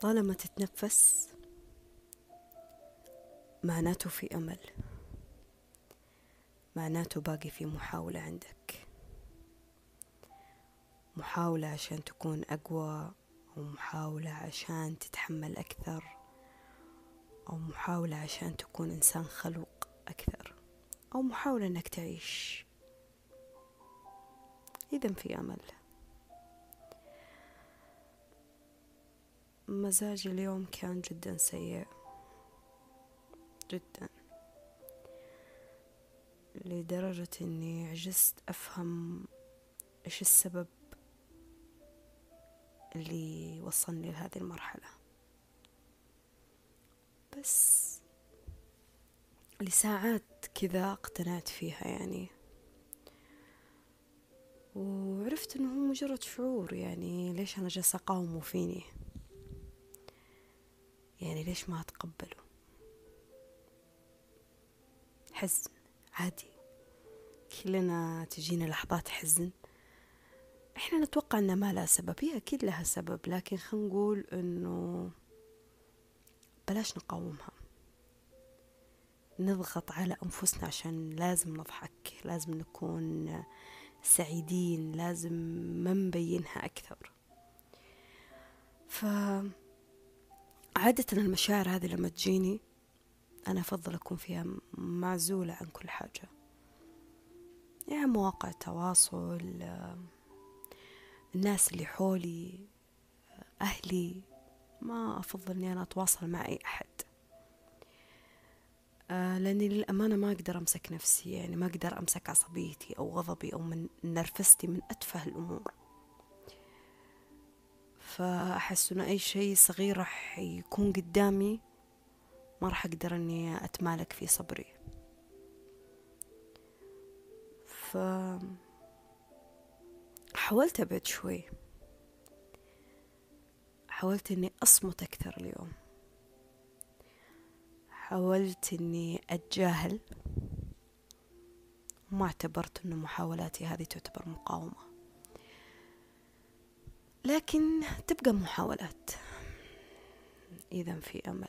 طالما تتنفس معناته في أمل، معناته باقي في محاولة عندك، محاولة عشان تكون أقوى، أو محاولة عشان تتحمل أكثر، أو محاولة عشان تكون إنسان خلوق أكثر، أو محاولة أنك تعيش. إذن في أمل. مزاجي اليوم كان جدا سيء جدا، لدرجة أني عجزت أفهم إيش السبب اللي وصلني لهذه المرحلة. بس لساعات كذا اقتنعت فيها يعني، وعرفت أنه هو مجرد شعور. يعني ليش أنا جالسة أقاومه فيني؟ يعني ليش ما أتقبله؟ حزن عادي، كلنا تجينا لحظات حزن، احنا نتوقع انها ما لها سبب، هي اكيد لها سبب، لكن خلينا نقول انه بلاش نقاومها، نضغط على انفسنا عشان لازم نضحك، لازم نكون سعيدين، لازم ما نبينها اكثر. فعادة المشاعر هذه لما تجيني انا افضل اكون فيها معزولة عن كل حاجة، يعني مواقع التواصل، الناس اللي حولي، أهلي، ما أفضل أني أنا أتواصل مع أي أحد. لأني للأمانة ما أقدر أمسك نفسي، يعني ما أقدر أمسك عصبيتي أو غضبي أو من نرفزتي من أتفه الأمور. فأحس أنه أي شيء صغير راح يكون قدامي ما راح أقدر أني أتمالك في صبري. فحاولت أبعد شوي، حاولت أني أصمت أكثر اليوم، حاولت أني أتجاهل، وما اعتبرت أنه محاولاتي هذه تعتبر مقاومة، لكن تبقى محاولات. إذن في أمل.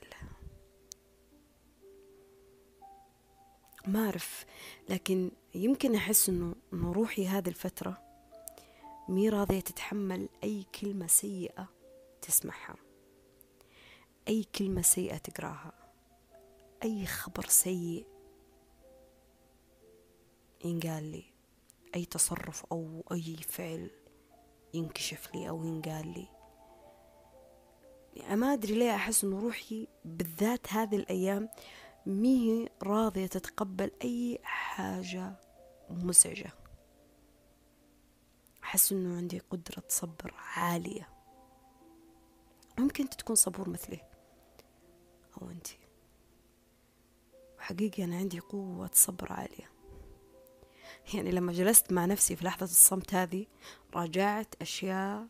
ما أعرف، لكن يمكن أحس أنه روحي هذه الفترة مي راضية تتحمل أي كلمة سيئة تسمعها، أي كلمة سيئة تقراها، أي خبر سيء ينقال لي، أي تصرف أو أي فعل ينكشف لي أو ينقال لي. يعني ما أدري ليه أحس أنه روحي بالذات هذه الأيام مي راضية تتقبل أي حاجة مزعجة. أحس أنه عندي قدرة صبر عالية، ممكن تكون صبور مثلي أو أنتي. وحقيقي أنا عندي قوة صبر عالية. يعني لما جلست مع نفسي في لحظة الصمت هذه راجعت أشياء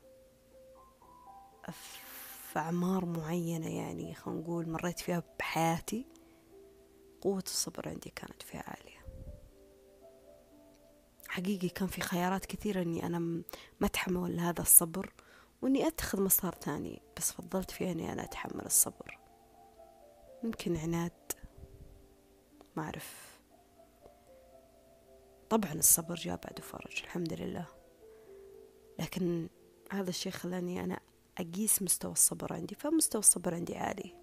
في أعمار معينة، يعني خلينا نقول مريت فيها بحياتي، قوة الصبر عندي كانت فيها عالية. حقيقي كان في خيارات كثيرة أني أنا ما أتحمل هذا الصبر وأني أتخذ مسار ثاني، بس فضلت فيها أني أنا أتحمل الصبر. ممكن عناد، ما أعرف. طبعا الصبر جاء بعد فرج الحمد لله، لكن هذا الشيء خلاني أنا أقيس مستوى الصبر عندي، فمستوى الصبر عندي عالي،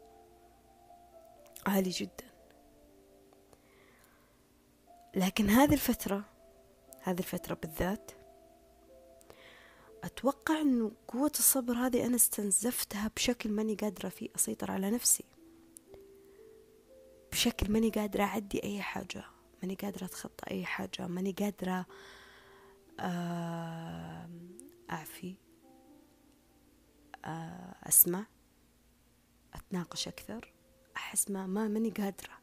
عالي جدا. لكن هذه الفترة بالذات أتوقع أنه قوة الصبر هذه أنا استنزفتها بشكل ماني قادرة فيه أسيطر على نفسي، بشكل ماني قادرة أعدي أي حاجة، ماني قادرة أتخطى أي حاجة، ماني قادرة أعفي، أسمع، أتناقش أكثر. أحس ماني قادرة،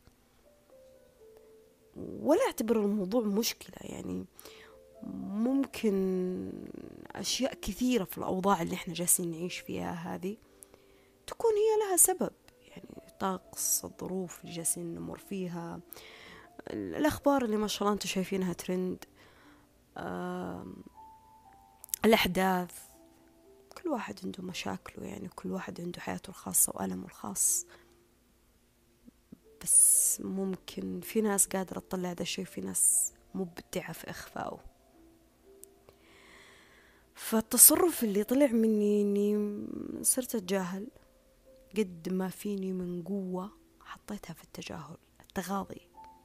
ولا أعتبر الموضوع مشكلة. يعني ممكن أشياء كثيرة في الأوضاع اللي إحنا جالسين نعيش فيها هذه تكون هي لها سبب، يعني طقس، الظروف اللي جالسين نمر فيها، الأخبار اللي ما شاء الله أنتم شايفينها ترند، الأحداث، كل كل واحد عنده مشاكله، يعني كل واحد عنده حياته الخاصة وألمه الخاص. بس ممكن في ناس قادرة تطلع هذا الشيء، في ناس مبدعة في إخفائه. فالتصرف اللي طلع مني إني صرت أتجاهل قد ما فيني من قوة، حطيتها في التجاهل، التغاضي.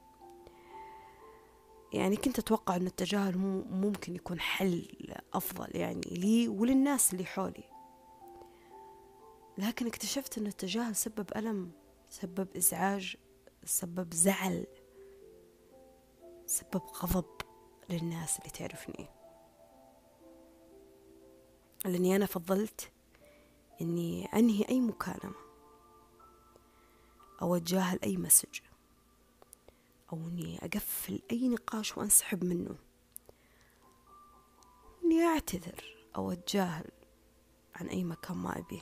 يعني كنت أتوقع أن التجاهل ممكن يكون حل أفضل يعني لي وللناس اللي حولي، لكن اكتشفت أن التجاهل سبب ألم، سبب إزعاج، سبب زعل، سبب غضب للناس اللي تعرفني. لأني أنا فضلت أني أنهي أي مكالمة أو أتجاهل أي مسج أو أني أقفل أي نقاش وأنسحب منه، أني أعتذر أو أتجاهل عن أي مكان ما أبيه.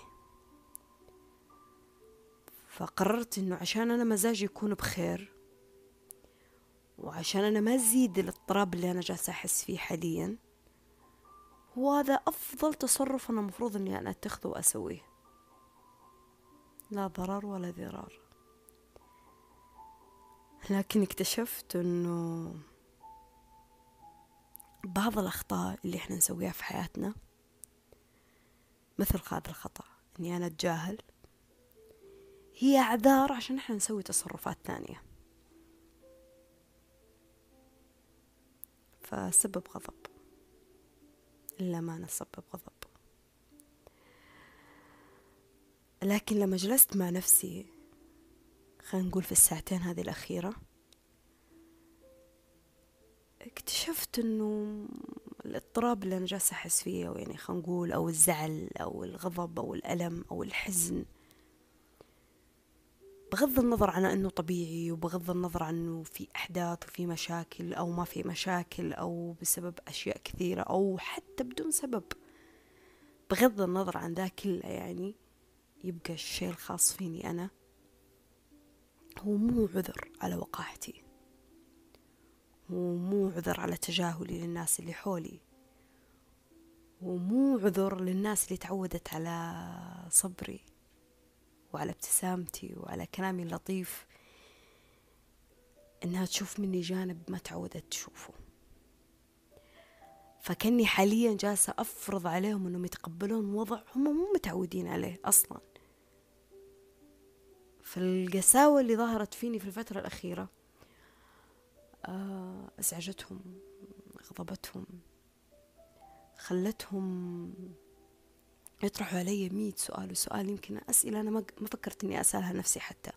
فقررت أنه عشان أنا مزاجي يكون بخير، وعشان أنا ما أزيد الاضطراب اللي أنا جالسة أحس فيه حاليا، هو هذا أفضل تصرف أنا مفروض أني أنا أتخذه وأسويه، لا ضرر ولا ضرار. لكن اكتشفت أنه بعض الأخطاء اللي إحنا نسويها في حياتنا، مثل هذا الخطأ أني أنا أتجاهل، هي أعذار عشان إحنا نسوي تصرفات ثانية، فسبب غضب، إلا ما نسبب غضب. لكن لما جلست مع نفسي، خلينا نقول في الساعتين هذه الأخيرة، اكتشفت أنه الاضطراب اللي أنا جالسة أحس فيه، أو يعني خلينا نقول أو الزعل أو الغضب أو الألم أو الحزن، بغض النظر عن أنه طبيعي، وبغض النظر عن أنه في أحداث وفي مشاكل أو ما في مشاكل، أو بسبب أشياء كثيرة أو حتى بدون سبب، بغض النظر عن ذا كله، يعني يبقى الشيء الخاص فيني أنا هو مو عذر على وقاحتي، هو مو عذر على تجاهلي للناس اللي حولي، ومو عذر للناس اللي تعودت على صبري وعلى ابتسامتي وعلى كلامي اللطيف، إنها تشوف مني جانب ما تعودت تشوفه. فكني حاليا جالسة أفرض عليهم إنهم يتقبلون وضع هم مو متعودين عليه أصلا. فالقساوة اللي ظهرت فيني في الفترة الأخيرة أزعجتهم، غضبتهم، خلتهم يطرحوا علي 100 سؤال، وسؤال يمكن أسئلة أنا ما فكرت إني أسألها نفسي حتى.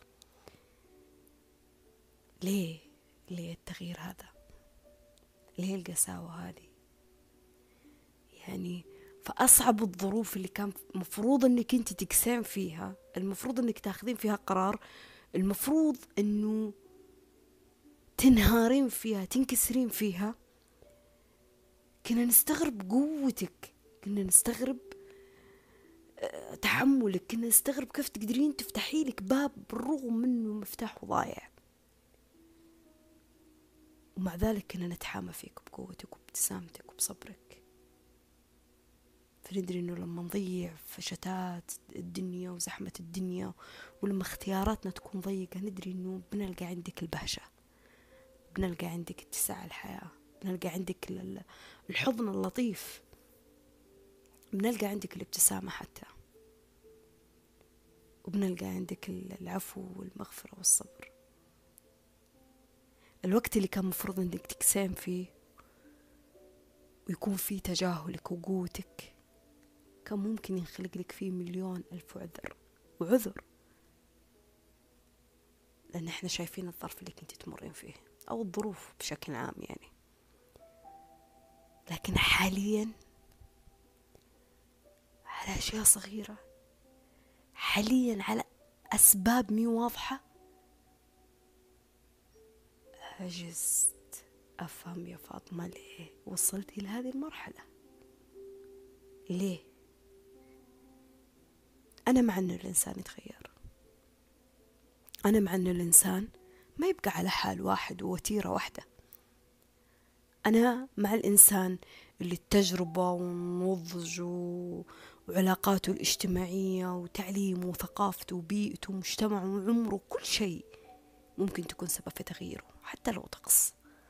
ليه التغيير هذا؟ ليه القساوة هذه؟ يعني فأصعب الظروف اللي كان مفروض أنك أنت تكسين فيها، المفروض أنك تاخذين فيها قرار، المفروض أنه تنهارين فيها، تنكسرين فيها، كنا نستغرب قوتك، كنا نستغرب تحملك، كنا نستغرب كيف تقدرين تفتحي لك باب بالرغم منه مفتاحه ضايع، ومع ذلك كنا نتحامى فيك بقوتك وبابتسامتك وبصبرك. فندري إنه لما نضيع في شتات الدنيا وزحمة الدنيا، ولما اختياراتنا تكون ضيقة، ندري إنه بنلقى عندك البهجة، بنلقى عندك اتساع الحياة، بنلقى عندك الحضن اللطيف، بنلقى عندك الابتسامة حتى، وبنلقى عندك العفو والمغفرة والصبر. الوقت اللي كان مفروض إنك تكسين فيه ويكون فيه تجاهلك وقوتك، كان ممكن ينخلق لك فيه 1,000,000 وعذر، لأن احنا شايفين الظرف اللي كنت تمرين فيه أو الظروف بشكل عام يعني. لكن حاليا على أشياء صغيرة، حاليا على أسباب مي واضحة، عجزت أفهم يا فاطمة ليه وصلت إلى هذه المرحلة. ليه؟ أنا مع أن الإنسان يتغير، أنا مع أن الإنسان ما يبقى على حال واحد ووتيرة واحدة، أنا مع الإنسان اللي التجربة والنضج وعلاقاته الاجتماعية وتعليمه وثقافته وبيئته ومجتمعه وعمره، كل شيء ممكن تكون سبب في تغييره حتى لو طقس.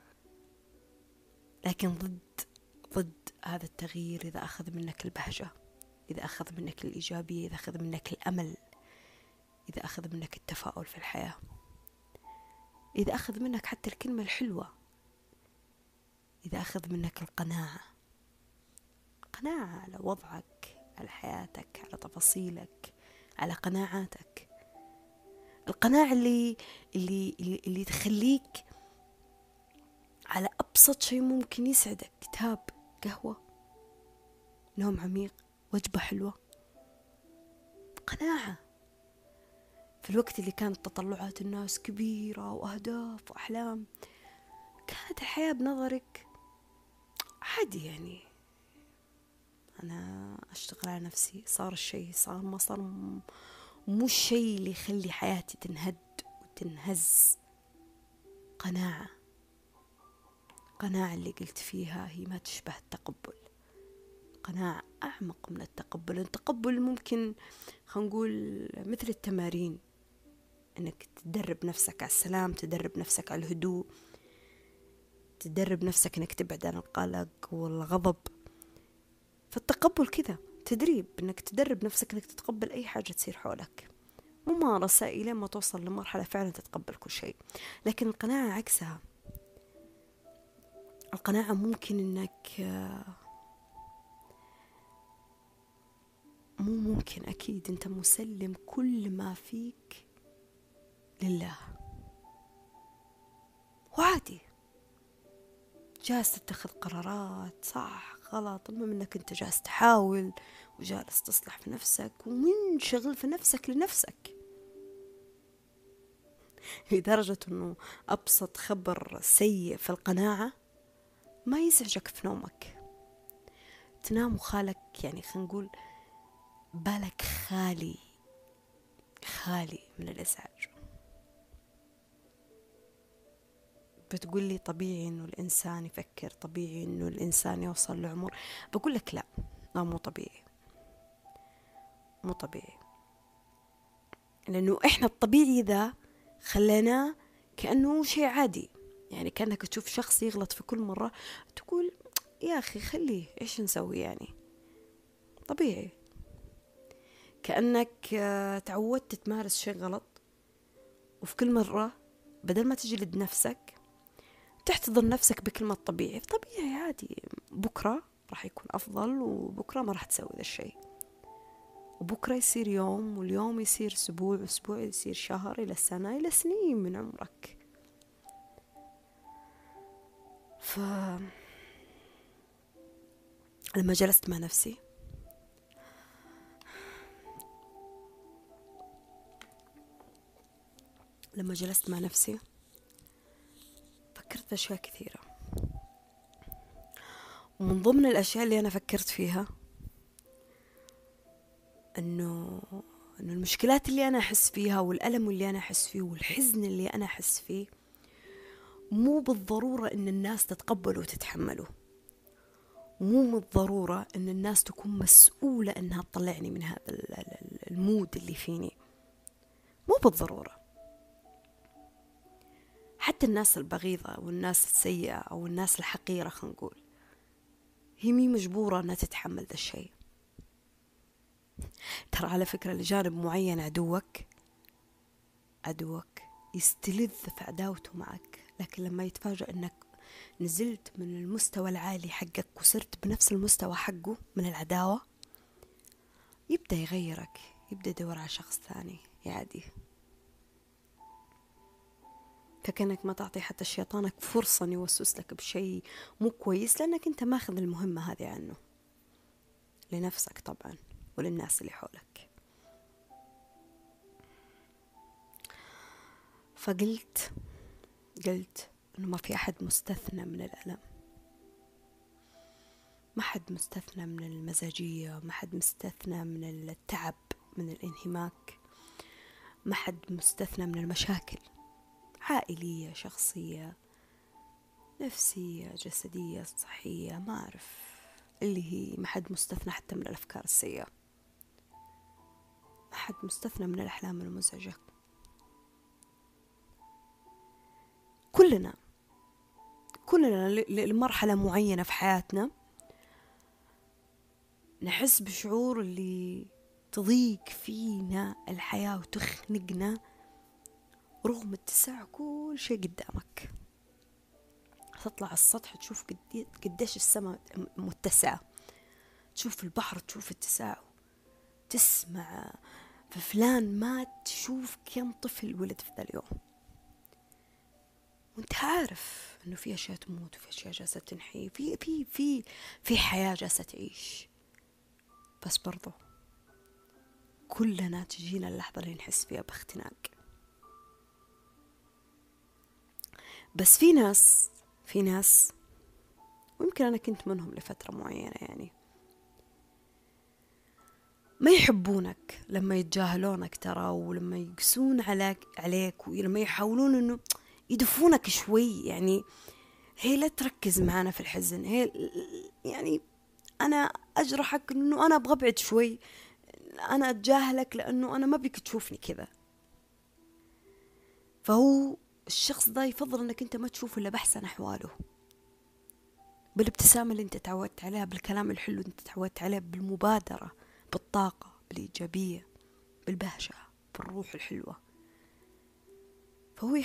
لكن ضد هذا التغيير إذا أخذ منك البهجة، إذا أخذ منك الإيجابية، إذا أخذ منك الأمل، إذا أخذ منك التفاؤل في الحياة، إذا أخذ منك حتى الكلمة الحلوة، إذا أخذ منك القناعة، قناعة على وضعك، على حياتك، على تفاصيلك، على قناعاتك. القناعة اللي تخليك على أبسط شيء ممكن يسعدك، كتاب، قهوة، نوم عميق، وجبة حلوة. قناعة. في الوقت اللي كانت تطلعات الناس كبيرة وأهداف وأحلام، كانت الحياة بنظرك عادي. يعني أنا أشتغل على نفسي، صار الشيء صار ما صار، مو الشيء اللي يخلي حياتي تنهد وتنهز. قناعة. قناعة اللي قلت فيها هي ما تشبه التقبل. قناعة أعمق من التقبل. التقبل ممكن خلينا نقول مثل التمارين، أنك تدرب نفسك على السلام، تدرب نفسك على الهدوء، تدرب نفسك أنك تبعد عن القلق والغضب. فالتقبل كذا تدريب، أنك تدرب نفسك أنك تتقبل أي حاجة تصير حولك، ممارسة إلى ما توصل لمرحلة فعلا تتقبل كل شيء. لكن القناعة عكسها. القناعة ممكن أنك ممكن أكيد أنت مسلم كل ما فيك لله، وعادي جالس تتخذ قرارات صح غلط، المهم أنك أنت جالس تحاول وجالس تصلح في نفسك ومنشغل في نفسك لنفسك، لدرجة أنه أبسط خبر سيء في القناعة ما يزعجك في نومك. تنام وخالك، يعني خلينا نقول بالك خالي من الإزعاج. بتقول لي طبيعي إنه الإنسان يفكر، طبيعي إنه الإنسان يوصل لعمر. بقول لك لا، مو طبيعي، مو طبيعي. لأنه إحنا الطبيعي ذا خليناه كأنه شيء عادي. يعني كأنك تشوف شخص يغلط في كل مرة تقول يا أخي خليه، إيش نسوي يعني، طبيعي. كأنك تعودت تمارس شيء غلط، وفي كل مرة بدل ما تجلد نفسك تحتضن نفسك بكلمة طبيعي. طبيعي عادي، بكرة راح يكون أفضل، وبكرة ما راح تسوي ذا الشيء، وبكرة يصير يوم، واليوم يصير أسبوع، أسبوع يصير شهر، إلى سنة، إلى سنين من عمرك. لما جلست مع نفسي فكرت بأشياء كثيرة، ومن ضمن الأشياء اللي أنا فكرت فيها إنه المشكلات اللي أنا أحس فيها، والألم اللي أنا أحس فيه، والحزن اللي أنا أحس فيه، مو بالضرورة إن الناس تتقبله وتتحمله، مو بالضرورة إن الناس تكون مسؤولة إنها تطلعني من هذا المود اللي فيني، مو بالضرورة. حتى الناس البغيضة والناس السيئة أو الناس الحقيرة خلينا نقول، هي مي مجبورة أنها تتحمل ذا الشيء. ترى على فكرة لجانب معين عدوك يستلذ في عداوته معك، لكن لما يتفاجأ أنك نزلت من المستوى العالي حقك وصرت بنفس المستوى حقه من العداوة، يبدأ يغيرك، يبدأ يدور على شخص ثاني يعاديه. فكأنك ما تعطي حتى شيطانك فرصة يوسوس لك بشيء مو كويس، لأنك أنت ماخذ المهمة هذه عنه، لنفسك طبعا وللناس اللي حولك. فقلت إنه ما في أحد مستثنى من الألم، ما حد مستثنى من المزاجية، ما حد مستثنى من التعب، من الانهماك، ما حد مستثنى من المشاكل، عائلية، شخصية، نفسية، جسدية، صحية، ما أعرف اللي هي، ما حد مستثنى حتى من الأفكار السيئة. أحد مستثنى من الأحلام المزعجة. كلنا لمرحلة معينة في حياتنا نحس بشعور اللي تضيق فينا الحياة وتخنقنا رغم اتساع كل شيء قدامك. تطلع على السطح تشوف قديش السماء متسعة، تشوف البحر، تشوف اتساعه، تسمع فلان مات، تشوف كم طفل ولد في ذا اليوم، وانت عارف انه في اشياء تموت وفي اشياء جالسة تنحي، في حياة جالسة تعيش. بس برضو كلنا تجينا اللحظة اللي نحس فيها باختناق. بس في ناس ويمكن أنا كنت منهم لفترة معينة، يعني ما يحبونك لما يتجاهلونك ترى، ولما يقسون عليك ولما يحاولون إنه يدفونك شوي. يعني هي لا تركز معنا في الحزن، هي يعني أنا أجرحك إنه أنا أبغى أبعد شوي، أنا أتجاهلك لأنه أنا ما بيك تشوفني كذا. فهو الشخص ده يفضل أنك أنت ما تشوفه إلا بأحسن أحواله، بالابتسامة اللي أنت تعودت عليها، بالكلام الحلو اللي أنت تعودت عليه، بالمبادرة، بالطاقة، بالإيجابية، بالبهجة، بالروح الحلوة. فهو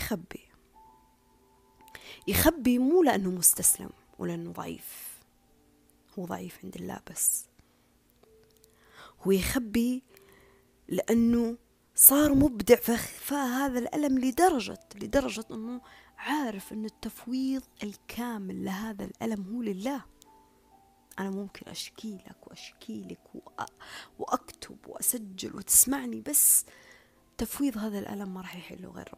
يخبي مو لأنه مستسلم ولا أنه ضعيف، هو ضعيف عند الله، بس هو يخبي لأنه صار مبدع في إخفاء هذا الألم لدرجة أنه عارف أن التفويض الكامل لهذا الألم هو لله. أنا ممكن أشكي لك وأكتب وأسجل وتسمعني، بس تفويض هذا الألم ما راح يحله غير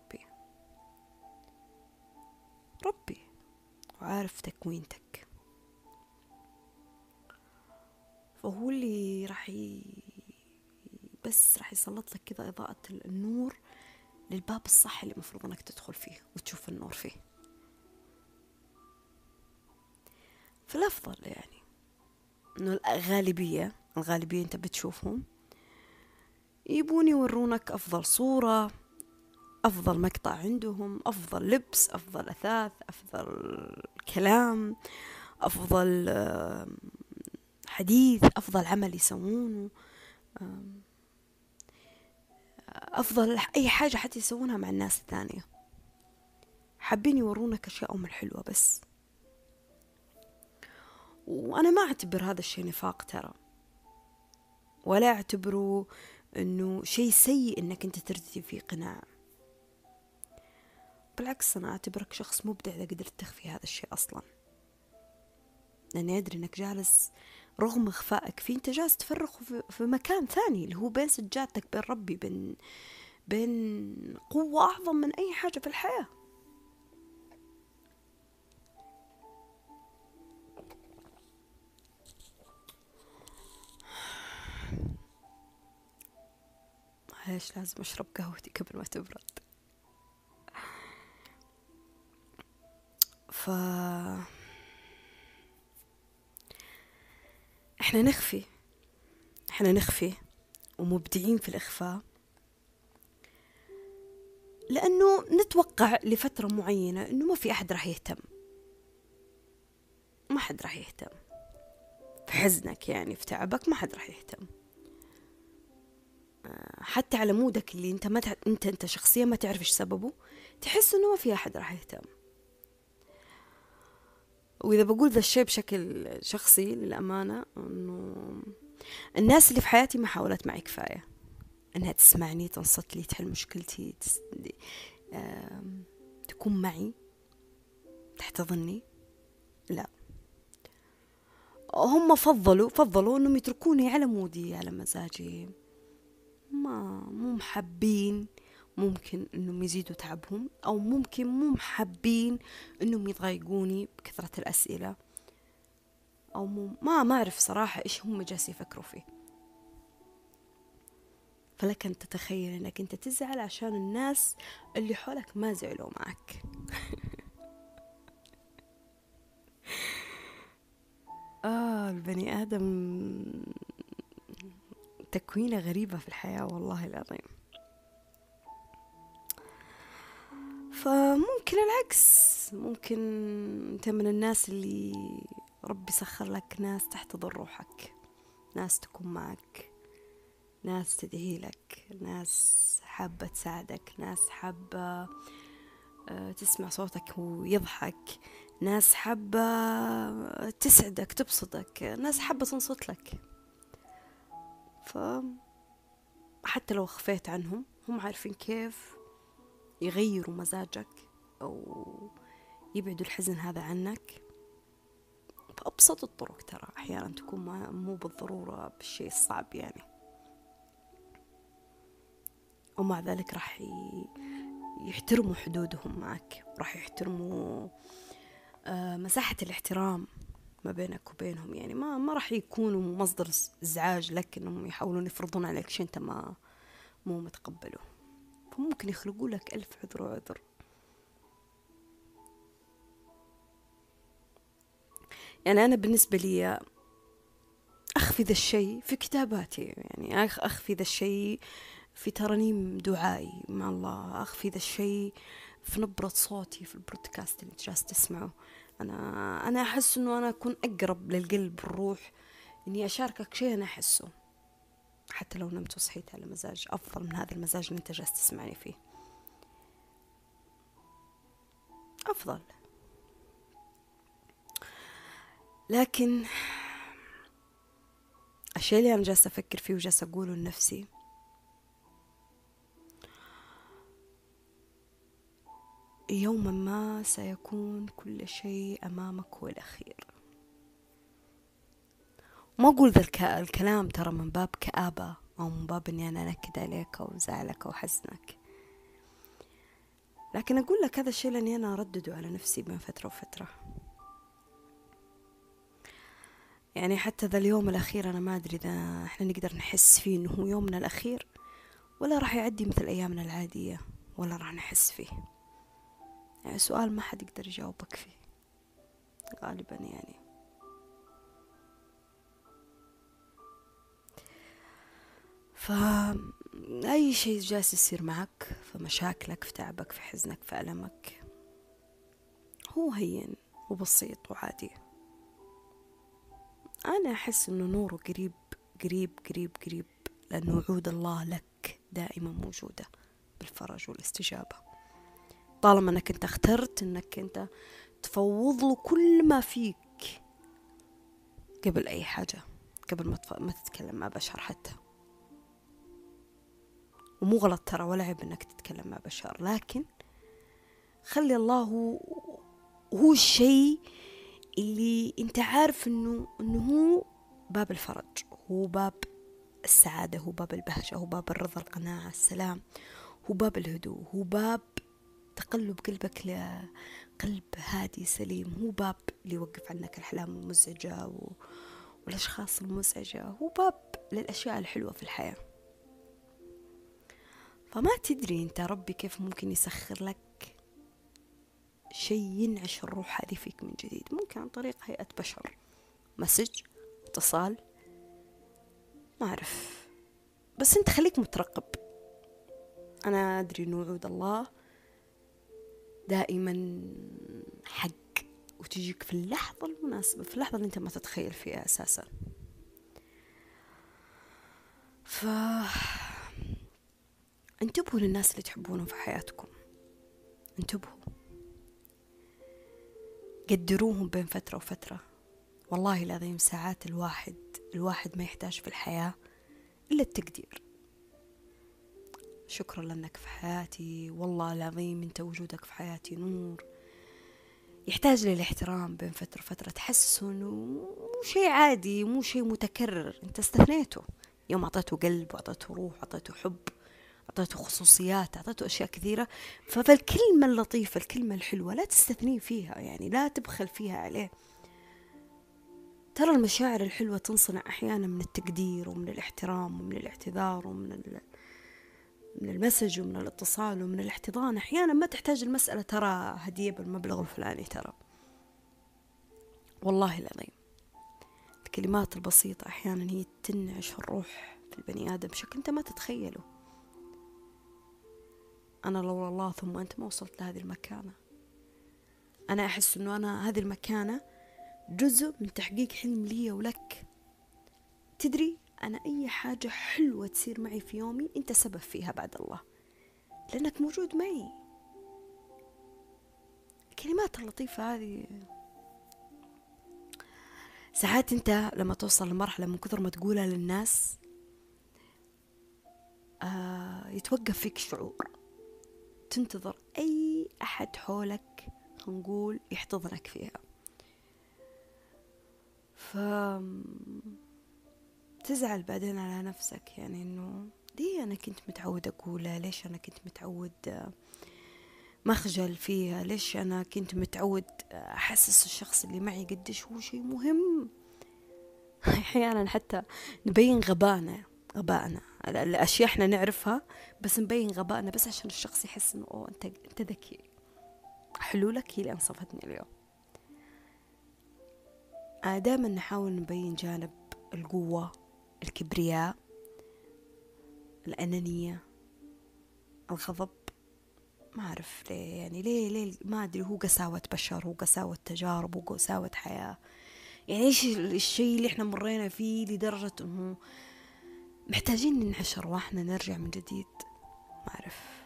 ربي وعارف تكوينتك. فهو اللي بس راح يسلط لك كذا إضاءة النور للباب الصح اللي مفروض أنك تدخل فيه وتشوف النور فيه. فالأفضل يعني إنه الغالبية أنت بتشوفهم يبون يورونك أفضل صورة، أفضل مقطع عندهم، أفضل لبس، أفضل أثاث، أفضل كلام، أفضل حديث، أفضل عمل يسوونه، أفضل أي حاجة حتى يسوونها مع الناس الثانية. حابين يورونك أشياءهم الحلوة بس. وأنا ما أعتبر هذا الشيء نفاق ترى، ولا أعتبره أنه شيء سيء أنك أنت ترتدي فيه قناع. بالعكس أنا أعتبرك شخص مبدع إذا قدرت تخفي هذا الشيء أصلا، لأني أدري أنك جالس رغم إخفائك فيه أنت جالس تفرغه في مكان ثاني اللي هو بين سجادتك، بين ربي، بين قوة أعظم من أي حاجة في الحياة. معليش لازم أشرب قهوتي قبل ما تبرد. احنا نخفي ومبدعين في الإخفاء لأنه نتوقع لفترة معينة أنه ما في أحد راح يهتم، ما حد راح يهتم في حزنك، يعني في تعبك ما حد راح يهتم. حتى على مودك اللي انت شخصيا ما تعرف ايش سببه، تحس انه ما في احد راح يهتم. واذا بقول ذا الشيء بشكل شخصي للامانه، انه الناس اللي في حياتي ما حاولت معي كفايه انها تسمعني، تنصت لي، تحل مشكلتي، تكون معي، تحتضنني. لا، هم فضلوا انهم يتركوني على مودي، على مزاجي، مو محبين ممكن انهم يزيدوا تعبهم، او ممكن مو محبين انهم يضايقوني بكثرة الاسئلة، او ما اعرف صراحة ايش هم جالسين يفكروا فيه. فلك ان تتخيل انك انت تزعل عشان الناس اللي حولك ما زعلوا معك. البني ادم تكوينة غريبة في الحياة والله العظيم. فممكن العكس، ممكن أنت من الناس اللي ربي سخر لك ناس تحتضن روحك، ناس تكون معك، ناس تدعي لك، ناس حابة تساعدك، ناس حابة تسمع صوتك ويضحك، ناس حابة تسعدك تبسطك، ناس حابة تنصت لك. فحتى لو خفيت عنهم هم عارفين كيف يغيروا مزاجك أو يبعدوا الحزن هذا عنك بأبسط الطرق. ترى أحيانا تكون مو بالضرورة بالشيء الصعب يعني، ومع ذلك راح يحترموا حدودهم معك، راح يحترموا مساحة الاحترام ما بينك وبينهم. يعني ما راح يكونوا مصدر ازعاج لك انهم يحاولون يفرضون عليك شيء انت مو متقبله. فممكن يخلقوا لك 1000 عذر وعذر. يعني أنا بالنسبة لي أخفي ذا الشيء في كتاباتي، يعني أخفي ذا الشيء في ترانيم دعائي مع الله، أخفي ذا الشيء في نبرة صوتي في البودكاست اللي جالس تسمعه. أنا أحس إنه أنا أكون أقرب للقلب الروح إني أشاركك شيء أنا أحسه، حتى لو نمت وصحيت على مزاج أفضل من هذا المزاج اللي أنت جالس تسمعني فيه، أفضل. لكن الشيء اللي أنا جالسة أفكر فيه وجالسة أقوله لنفسي، يوما ما سيكون كل شيء أمامك هو الأخير. ما أقول ذا الكلام ترى من باب كآبة أو من باب أني أنا أنكد عليك أو زعلك أو حزنك، لكن أقول لك هذا الشيء لأني أنا أردده على نفسي بين فترة وفترة. يعني حتى ذا اليوم الأخير أنا ما أدري إذا إحنا نقدر نحس فيه إنه هو يومنا الأخير ولا راح يعدي مثل أيامنا العادية ولا راح نحس فيه. يعني سؤال ما حد يقدر يجاوبك فيه غالبا يعني. فأي شيء جالس يصير معك، في مشاكلك، في تعبك، في حزنك، في ألمك، هو هين وبسيط وعادي. أنا أحس إنه نوره قريب قريب قريب قريب، لأنه وعود الله لك دائما موجودة بالفرج والاستجابة، طالما أنك أنت اخترت أنك أنت تفوض له كل ما فيك قبل أي حاجة، قبل ما تتكلم مع بشر حتى. ومو غلط ترى ولا عيب أنك تتكلم مع بشر، لكن خلي الله هو الشيء اللي أنت عارف إنه هو باب الفرج، هو باب السعادة، هو باب البهجة، هو باب الرضا، القناعة، السلام، هو باب الهدوء، هو باب تقلب قلبك لقلب هادي سليم، هو باب اللي يوقف عنك الأحلام المزعجة والأشخاص المزعجة، هو باب للأشياء الحلوة في الحياة. فما تدري أنت ربي كيف ممكن يسخر لك شيء ينعش الروح هذه فيك من جديد، ممكن عن طريق هيئة بشر، مسج، اتصال، ما أعرف، بس أنت خليك مترقب. أنا أدري أن وعود الله دائما حق وتجيك في اللحظة المناسبة، في اللحظة اللي أنت ما تتخيل فيها أساسا. انتبهوا للناس اللي تحبونهم في حياتكم، انتبهوا، قدروهم بين فترة وفترة. والله العظيم ساعات الواحد ما يحتاج في الحياة إلا التقدير. شكرا لأنك في حياتي، والله العظيم أنت وجودك في حياتي نور. يحتاج للاحترام بين فترة وفترة، تحسسه أنه مو شيء عادي، مو شيء متكرر، أنت استثنيته يوم أعطيته قلب وأعطيته روح وأعطيته حب، أعطيته خصوصيات، أعطيته أشياء كثيرة. فالكلمة اللطيفة، الكلمة الحلوة لا تستثني فيها، يعني لا تبخل فيها عليه. ترى المشاعر الحلوة تنصنع أحيانا من التقدير ومن الاحترام ومن الاعتذار ومن المسج ومن الاتصال ومن الاحتضان. أحيانا ما تحتاج المسألة ترى هدية بالمبلغ الفلاني، ترى والله العظيم الكلمات البسيطة أحيانا هي تنعش الروح في البني آدم بشكل أنت ما تتخيله. أنا لولا الله ثم أنت ما وصلت لهذه المكانة. أنا أحس أنه أنا هذه المكانة جزء من تحقيق حلم لي ولك. تدري، أنا أي حاجة حلوة تصير معي في يومي أنت سبب فيها بعد الله، لأنك موجود معي. الكلمات اللطيفة هذه ساعات أنت لما توصل لمرحلة من كثر ما تقولها للناس يتوقف فيك شعور، تنتظر أي أحد حولك نقول يحتضنك فيها. تزعل بعدين على نفسك، يعني إنه دي أنا كنت متعود أقولها، ليش أنا كنت متعود مخجل فيها، ليش أنا كنت متعود أحسس الشخص اللي معي قديش هو شيء مهم. أحيانا حتى نبين غبائنا الأشياء إحنا نعرفها بس نبين غبائنا بس عشان الشخص يحس إنه أوه أنت ذكي. حلولك هي اللي أنصفتني اليوم. دائما نحاول نبين جانب القوة، الكبرياء، الأنانية، الغضب. ما أعرف ليه، يعني ليه ما أدري، هو قساوة بشر، هو قساوة تجارب، هو قساوة حياة. يعني إيش الشيء اللي إحنا مرينا فيه لدرجة إنه محتاجين ننعش أرواحنا نرجع من جديد؟ ما أعرف.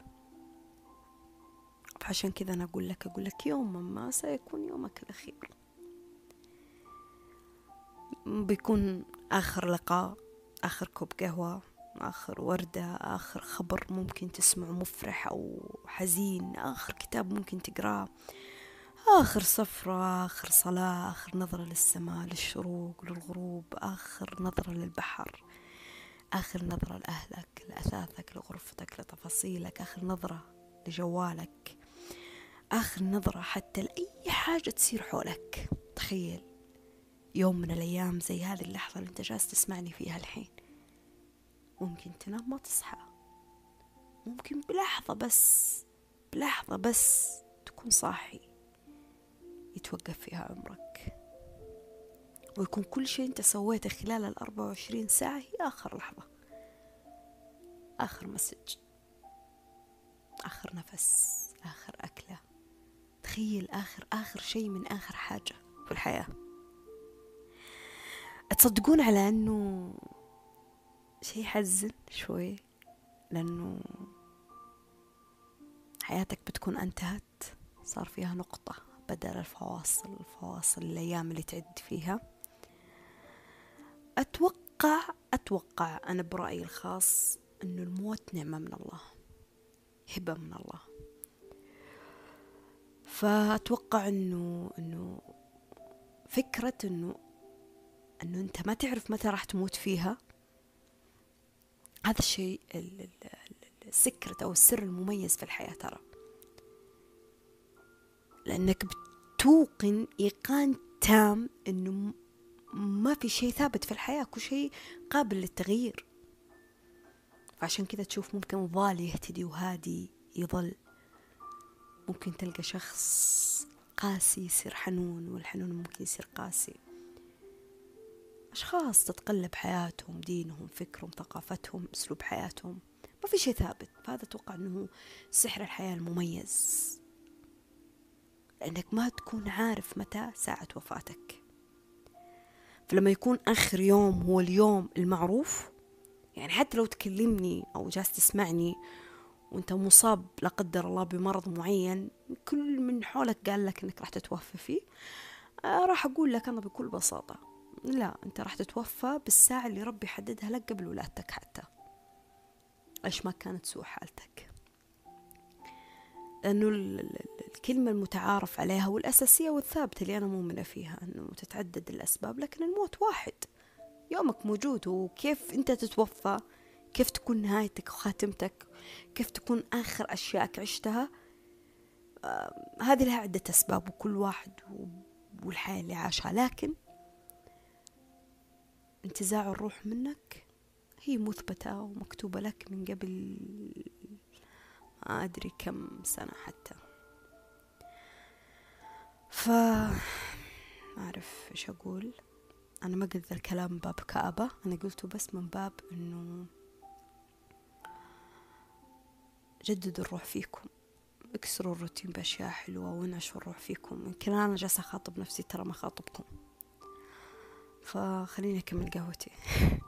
فعشان كذا أنا أقول لك يوما ما سيكون يومك الأخير، بيكون آخر لقاء، آخر كوب قهوة، آخر وردة، آخر خبر ممكن تسمعه مفرح أو حزين، آخر كتاب ممكن تقراه، آخر سفرة، آخر صلاة، آخر نظرة للسماء، للشروق، للغروب، آخر نظرة للبحر، آخر نظرة لأهلك، لأثاثك، لغرفتك، لتفاصيلك، آخر نظرة لجوالك، آخر نظرة حتى لأي حاجة تصير حولك. تخيل يوم من الأيام زي هذه اللحظة اللي أنت جالس تسمعني فيها الحين، ممكن تنام ما تصحى، ممكن بلحظة بس تكون صاحي، يتوقف فيها عمرك، ويكون كل شيء أنت سويته خلال 24 ساعة هي آخر لحظة، آخر مسج، آخر نفس، آخر أكلة. تخيل آخر شيء من آخر حاجة في الحياة. تصدقون على أنه شيء حزن شوي، لأنه حياتك بتكون انتهت، صار فيها نقطة بدل الفواصل الأيام اللي تعد فيها. أتوقع أنا برأيي الخاص أنه الموت نعمة من الله، هبة من الله. فأتوقع أنه فكرة أنه أنت ما تعرف متى راح تموت فيها، هذا الشيء السكرت أو السر المميز في الحياة ترى، لأنك بتوقن إيقان تام أنه ما في شيء ثابت في الحياة، كل شيء قابل للتغيير. فعشان كذا تشوف ممكن ضال يهتدي وهادي يظل، ممكن تلقى شخص قاسي يصير حنون، والحنون ممكن يصير قاسي. أشخاص تتقلب حياتهم، دينهم، فكرهم، ثقافتهم، أسلوب حياتهم، ما في شيء ثابت. فهذا أتوقع أنه سحر الحياة المميز، لأنك ما تكون عارف متى ساعة وفاتك. فلما يكون آخر يوم هو اليوم المعروف، يعني حتى لو تكلمني أو جالس تسمعني وانت مصاب لا قدر الله بمرض معين، كل من حولك قال لك انك راح تتوفى فيه، راح اقول لك انا بكل بساطة لا، انت راح تتوفى بالساعة اللي ربي حددها لك قبل ولادتك، حتى ايش ما كانت سوء حالتك. لانه الكلمة المتعارف عليها والاساسية والثابتة اللي انا مؤمنة فيها انه تتعدد الاسباب لكن الموت واحد، يومك موجود. وكيف انت تتوفى، كيف تكون نهايتك وخاتمتك، كيف تكون آخر أشياءك عشتها، هذه لها عدة أسباب وكل واحد والحياة اللي عاشها. لكن انتزاع الروح منك هي مثبتة ومكتوبة لك من قبل ما أدري كم سنة حتى. ما أعرف إيش أقول. أنا ما قلت ذا الكلام باب كآبة، أنا قلته بس من باب إنه جددوا الروح فيكم، اكسروا الروتين بأشياء حلوة وانعشوا الروح فيكم. يمكن أنا جالسة أخاطب نفسي، ترى ما خاطبكم. فخليني أكمل قهوتي.